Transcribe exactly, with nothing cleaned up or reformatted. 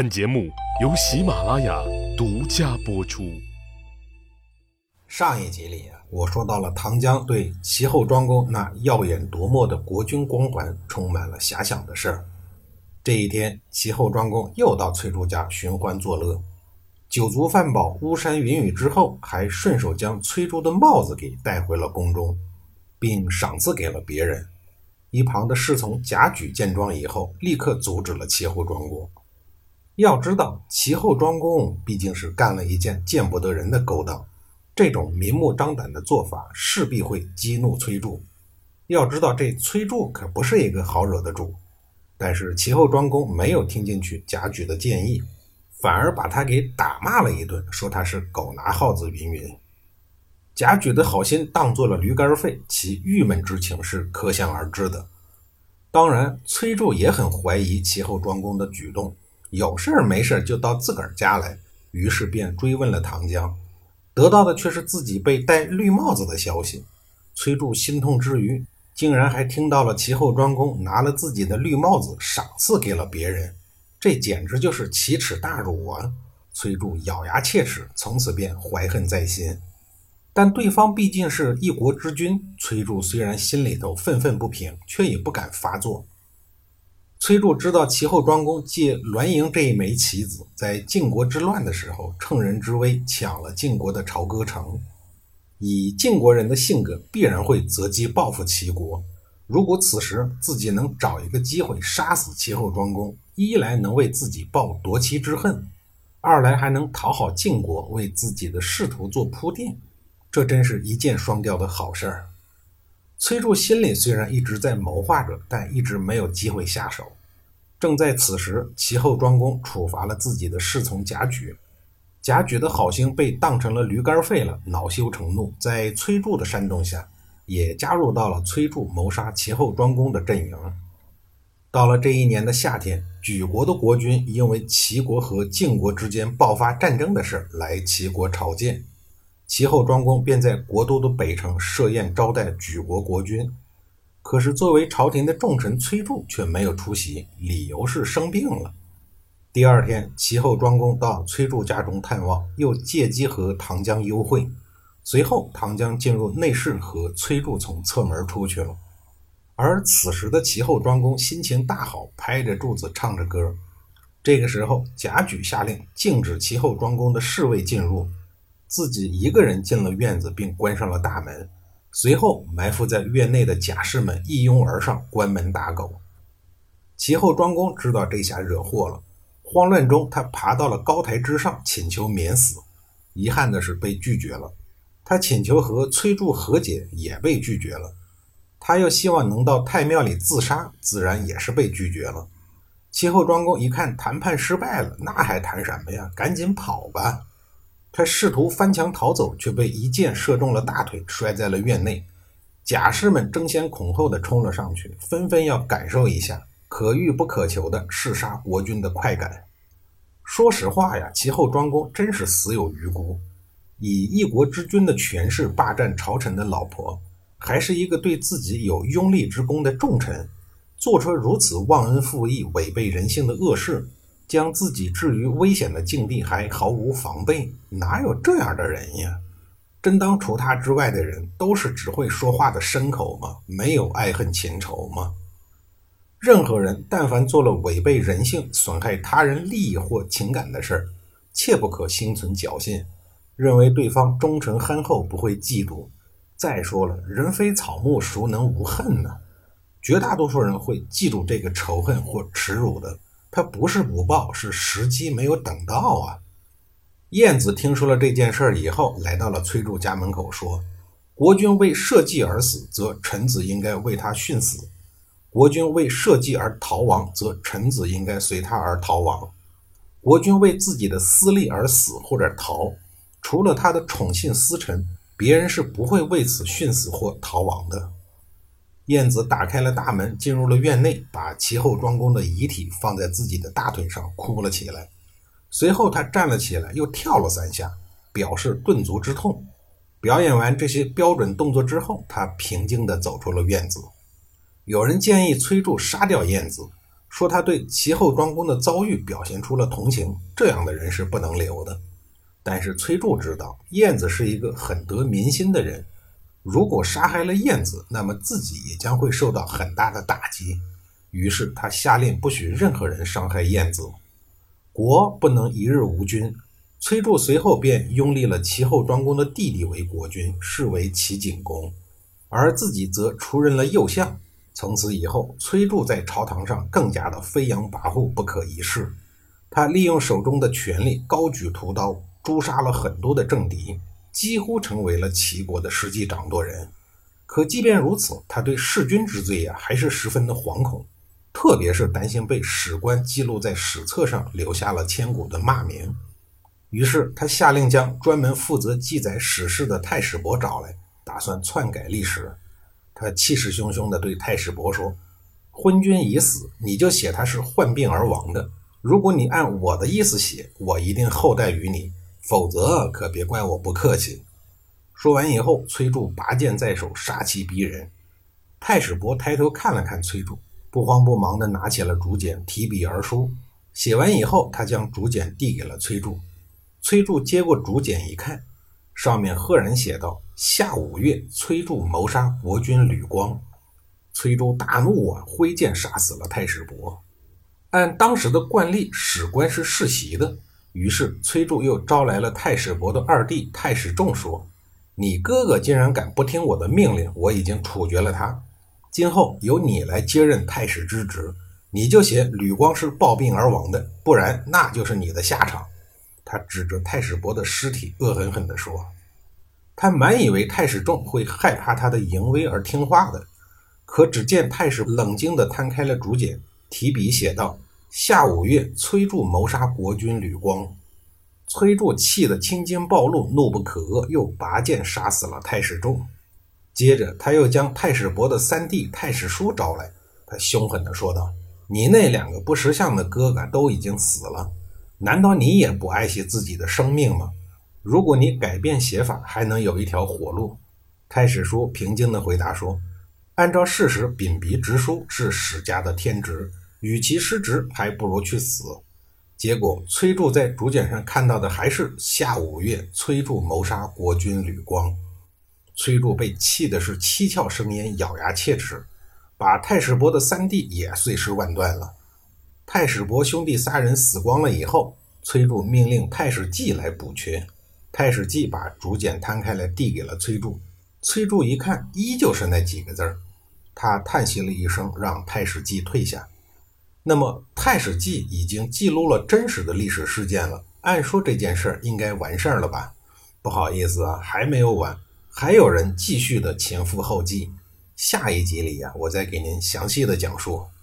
本节目由喜马拉雅独家播出。 上一集里啊，我说到了唐江对齐后庄公那耀眼夺目的国君光环充满了遐想的事儿。这一天，齐后庄公又到崔杼家寻欢作乐，酒足饭饱，巫山云雨之后，还顺手将崔杼的帽子给带回了宫中，并赏赐给了别人。一旁的侍从贾诩见状以后，立刻阻止了齐后庄公。要知道，齐后庄公毕竟是干了一件见不得人的勾当，这种明目张胆的做法势必会激怒崔杼。要知道，这崔杼可不是一个好惹的主。但是齐后庄公没有听进去贾诩的建议，反而把他给打骂了一顿，说他是狗拿耗子云云。贾诩的好心当做了驴肝肺，其郁闷之情是可想而知的。当然，崔杼也很怀疑齐后庄公的举动，有事没事就到自个儿家来，于是便追问了唐江，得到的却是自己被戴绿帽子的消息。崔杼心痛之余，竟然还听到了齐后庄公拿了自己的绿帽子赏赐给了别人，这简直就是奇耻大辱啊！崔杼咬牙切齿，从此便怀恨在心。但对方毕竟是一国之君，崔杼虽然心里头愤愤不平，却也不敢发作。崔杼知道齐后庄公借栾盈这一枚棋子，在晋国之乱的时候乘人之危抢了晋国的朝歌城，以晋国人的性格必然会择机报复齐国。如果此时自己能找一个机会杀死齐后庄公，一来能为自己报夺妻之恨，二来还能讨好晋国，为自己的仕途做铺垫，这真是一箭双雕的好事儿。崔杼心里虽然一直在谋划着，但一直没有机会下手。正在此时，齐后庄公处罚了自己的侍从贾诩，贾诩的好心被当成了驴肝肺了，恼羞成怒，在崔杼的煽动下，也加入到了崔杼谋杀齐后庄公的阵营。到了这一年的夏天，莒国的国君因为齐国和晋国之间爆发战争的事来齐国朝见，齐后庄公便在国都的北城设宴招待莒国国君。可是作为朝廷的重臣，崔杼却没有出席，理由是生病了。第二天，齐后庄公到崔杼家中探望，又借机和唐江幽会。随后唐江进入内室，和崔杼从侧门出去了。而此时的齐后庄公心情大好，拍着柱子唱着歌。这个时候，贾诩下令禁止齐后庄公的侍卫进入，自己一个人进了院子，并关上了大门。随后埋伏在院内的甲士们一拥而上，关门打狗。齐后庄公知道这下惹祸了，慌乱中他爬到了高台之上，请求免死。遗憾的是被拒绝了。他请求和崔杼和解，也被拒绝了。他又希望能到太庙里自杀，自然也是被拒绝了。齐后庄公一看谈判失败了，那还谈什么呀，赶紧跑吧。他试图翻墙逃走，却被一箭射中了大腿，摔在了院内。甲士们争先恐后地冲了上去，纷纷要感受一下可遇不可求的弑杀国君的快感。说实话呀，齐后庄公真是死有余辜。以一国之君的权势霸占朝臣的老婆，还是一个对自己有拥立之功的重臣，做出如此忘恩负义、违背人性的恶事，将自己置于危险的境地还毫无防备，哪有这样的人呀？真当除他之外的人都是只会说话的牲口吗？没有爱恨情仇吗？任何人但凡做了违背人性、损害他人利益或情感的事，切不可心存侥幸，认为对方忠诚憨厚，不会嫉妒。再说了，人非草木，孰能无恨呢？绝大多数人会记住这个仇恨或耻辱的，他不是不报，是时机没有等到啊。晏子听说了这件事以后，来到了崔杼家门口说，国君为社稷而死，则臣子应该为他殉死；国君为社稷而逃亡，则臣子应该随他而逃亡。国君为自己的私利而死或者逃，除了他的宠信私臣，别人是不会为此殉死或逃亡的。晏子打开了大门，进入了院内，把齐后庄公的遗体放在自己的大腿上，哭了起来。随后他站了起来，又跳了三下，表示顿足之痛。表演完这些标准动作之后，他平静地走出了院子。有人建议崔杼杀掉晏子， 说他对齐后庄公的遭遇表现出了同情，这样的人是不能留的。但是崔杼知道晏子是一个很得民心的人，如果杀害了晏子，那么自己也将会受到很大的打击。于是他下令不许任何人伤害晏子。国不能一日无君，崔杼随后便拥立了齐后庄公的弟弟为国君，是为齐景公，而自己则出任了右相。从此以后，崔杼在朝堂上更加的飞扬跋扈，不可一世。他利用手中的权力，高举屠刀，诛杀了很多的政敌，几乎成为了齐国的实际掌舵人。可即便如此，他对弑君之罪啊，还是十分的惶恐，特别是担心被史官记录在史册上，留下了千古的骂名。于是他下令将专门负责记载史事的太史伯找来，打算篡改历史。他气势汹汹地对太史伯说，昏君已死，你就写他是患病而亡的，如果你按我的意思写，我一定厚待于你，否则可别怪我不客气。说完以后，崔杼拔剑在手，杀气逼人。太史伯抬头看了看崔杼，不慌不忙地拿起了竹简，提笔而书。写完以后，他将竹简递给了崔杼。崔杼接过竹简一看，上面赫然写道，夏五月，崔杼谋杀国君吕光。崔杼大怒啊，挥剑杀死了太史伯。按当时的惯例，史官是世袭的，于是崔杼又招来了太史伯的二弟太史仲，说，你哥哥竟然敢不听我的命令，我已经处决了他，今后由你来接任太史之职，你就写吕光是暴病而亡的，不然那就是你的下场。他指着太史伯的尸体恶狠狠地说。他满以为太史仲会害怕他的淫威而听话的，可只见太史冷静地摊开了竹简，提笔写道，夏五月，崔杼谋杀国君吕光。崔杼气得青筋暴露，怒不可遏，又拔剑杀死了太史仲。接着他又将太史伯的三弟太史叔招来，他凶狠地说道，你那两个不识相的哥哥都已经死了，难道你也不爱惜自己的生命吗？如果你改变写法，还能有一条活路。太史叔平静地回答说，按照事实秉笔直书是史家的天职，与其失职，还不如去死。结果崔杼在竹简上看到的还是夏五月，崔杼谋杀国君吕光。崔杼被气的是七窍生烟，咬牙切齿，把太史伯的三弟也碎尸万段了。太史伯兄弟三人死光了以后，崔杼命令太史季来补缺。太史季把竹简摊开来递给了崔杼，崔杼一看，依旧是那几个字儿，他叹息了一声，让太史季退下。那么太史季已经记录了真实的历史事件了，按说这件事应该完事儿了吧？不好意思啊，还没有完，还有人继续的前赴后继。下一集里啊，我再给您详细的讲述。